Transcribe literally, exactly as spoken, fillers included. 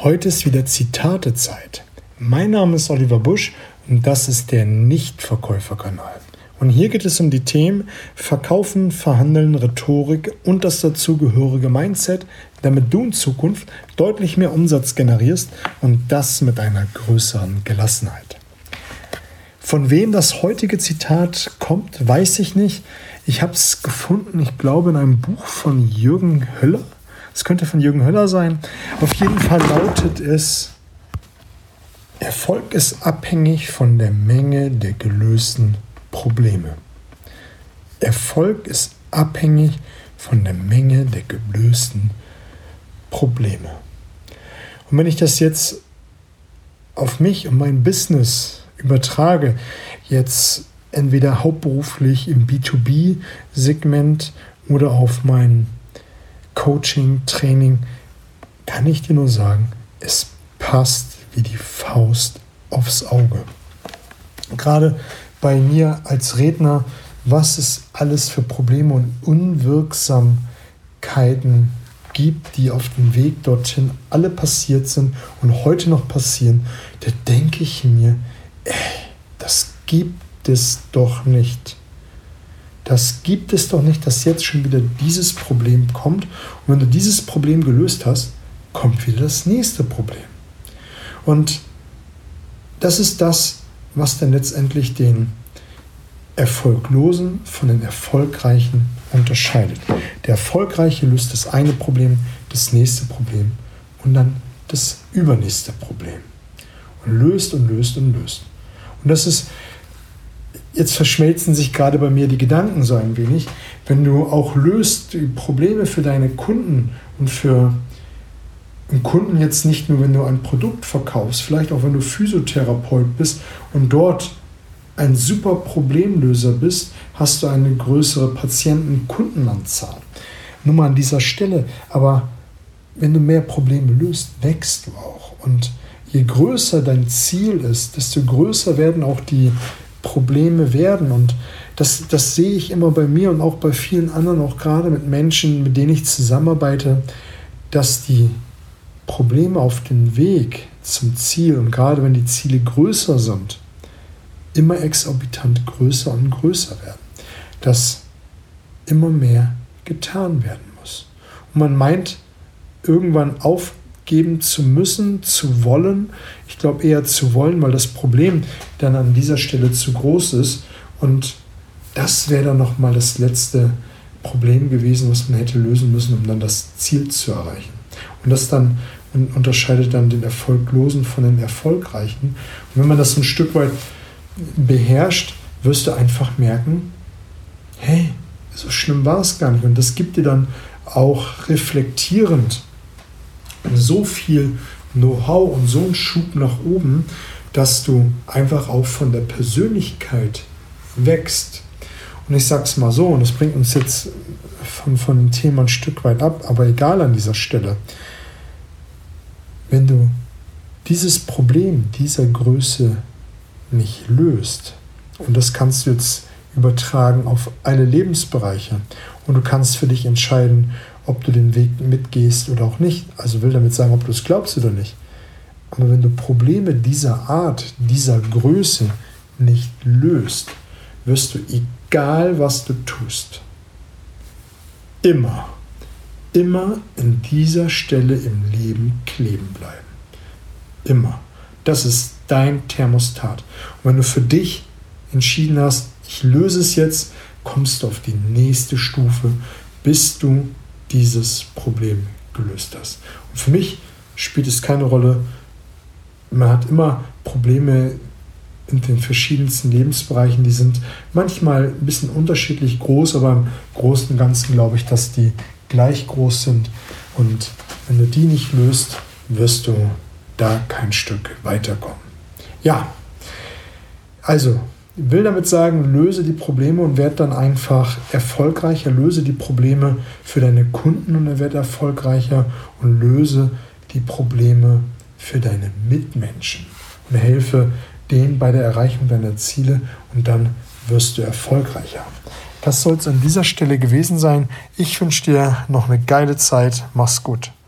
Heute ist wieder Zitate-Zeit. Mein Name ist Oliver Busch und das ist der Nichtverkäufer-Kanal. Und hier geht es um die Themen Verkaufen, Verhandeln, Rhetorik und das dazugehörige Mindset, damit du in Zukunft deutlich mehr Umsatz generierst und das mit einer größeren Gelassenheit. Von wem das heutige Zitat kommt, weiß ich nicht. Ich habe es gefunden, ich glaube, in einem Buch von Jürgen Höller. Es könnte von Jürgen Höller sein. Auf jeden Fall lautet es: Erfolg ist abhängig von der Menge der gelösten Probleme. Erfolg ist abhängig von der Menge der gelösten Probleme. Und wenn ich das jetzt auf mich und mein Business übertrage, jetzt entweder hauptberuflich im B zwei B-Segment oder auf mein Coaching, Training, kann ich dir nur sagen, es passt wie die Faust aufs Auge. Gerade bei mir als Redner, was es alles für Probleme und Unwirksamkeiten gibt, die auf dem Weg dorthin alle passiert sind und heute noch passieren, da denke ich mir, ey, das gibt es doch nicht. Das gibt es doch nicht, dass jetzt schon wieder dieses Problem kommt. Und wenn du dieses Problem gelöst hast, kommt wieder das nächste Problem. Und das ist das, was dann letztendlich den Erfolglosen von den Erfolgreichen unterscheidet. Der Erfolgreiche löst das eine Problem, das nächste Problem und dann das übernächste Problem. Und löst und löst und löst. Und das ist, jetzt verschmelzen sich gerade bei mir die Gedanken so ein wenig. Wenn du auch löst die Probleme für deine Kunden und für einen Kunden jetzt nicht nur, wenn du ein Produkt verkaufst, vielleicht auch wenn du Physiotherapeut bist und dort ein super Problemlöser bist, hast du eine größere Patienten-Kundenanzahl. Nur mal an dieser Stelle. Aber wenn du mehr Probleme löst, wächst du auch. Und je größer dein Ziel ist, desto größer werden auch die Probleme werden. Und das, das sehe ich immer bei mir und auch bei vielen anderen, auch gerade mit Menschen, mit denen ich zusammenarbeite, dass die Probleme auf dem Weg zum Ziel, und gerade wenn die Ziele größer sind, immer exorbitant größer und größer werden. Dass immer mehr getan werden muss. Und man meint, irgendwann aufgeben zu müssen, zu wollen. Ich glaube eher zu wollen, weil das Problem dann an dieser Stelle zu groß ist. Und das wäre dann nochmal das letzte Problem gewesen, was man hätte lösen müssen, um dann das Ziel zu erreichen. Und das dann unterscheidet dann den Erfolglosen von den Erfolgreichen. Und wenn man das ein Stück weit beherrscht, wirst du einfach merken, hey, so schlimm war es gar nicht. Und das gibt dir dann auch reflektierend so viel Know-how und so einen Schub nach oben, dass du einfach auch von der Persönlichkeit wächst. Und ich sage es mal so, und das bringt uns jetzt von, von dem Thema ein Stück weit ab, aber egal an dieser Stelle. Wenn du dieses Problem dieser Größe nicht löst, und das kannst du jetzt übertragen auf alle Lebensbereiche, und du kannst für dich entscheiden, ob du den Weg mitgehst oder auch nicht. Also will damit sagen, ob du es glaubst oder nicht. Aber wenn du Probleme dieser Art, dieser Größe nicht löst, wirst du, egal was du tust, immer, immer in dieser Stelle im Leben kleben bleiben. Immer. Das ist dein Thermostat. Und wenn du für dich entschieden hast, ich löse es jetzt, kommst du auf die nächste Stufe, bis du dieses Problem gelöst hast. Und für mich spielt es keine Rolle. Man hat immer Probleme in den verschiedensten Lebensbereichen. Die sind manchmal ein bisschen unterschiedlich groß, aber im Großen und Ganzen glaube ich, dass die gleich groß sind. Und wenn du die nicht löst, wirst du da kein Stück weiterkommen. Ja, also ich will damit sagen, löse die Probleme und werd dann einfach erfolgreicher. Löse die Probleme für deine Kunden und werd erfolgreicher und löse die Probleme für deine Mitmenschen und helfe denen bei der Erreichung deiner Ziele und dann wirst du erfolgreicher. Das soll es an dieser Stelle gewesen sein. Ich wünsche dir noch eine geile Zeit. Mach's gut.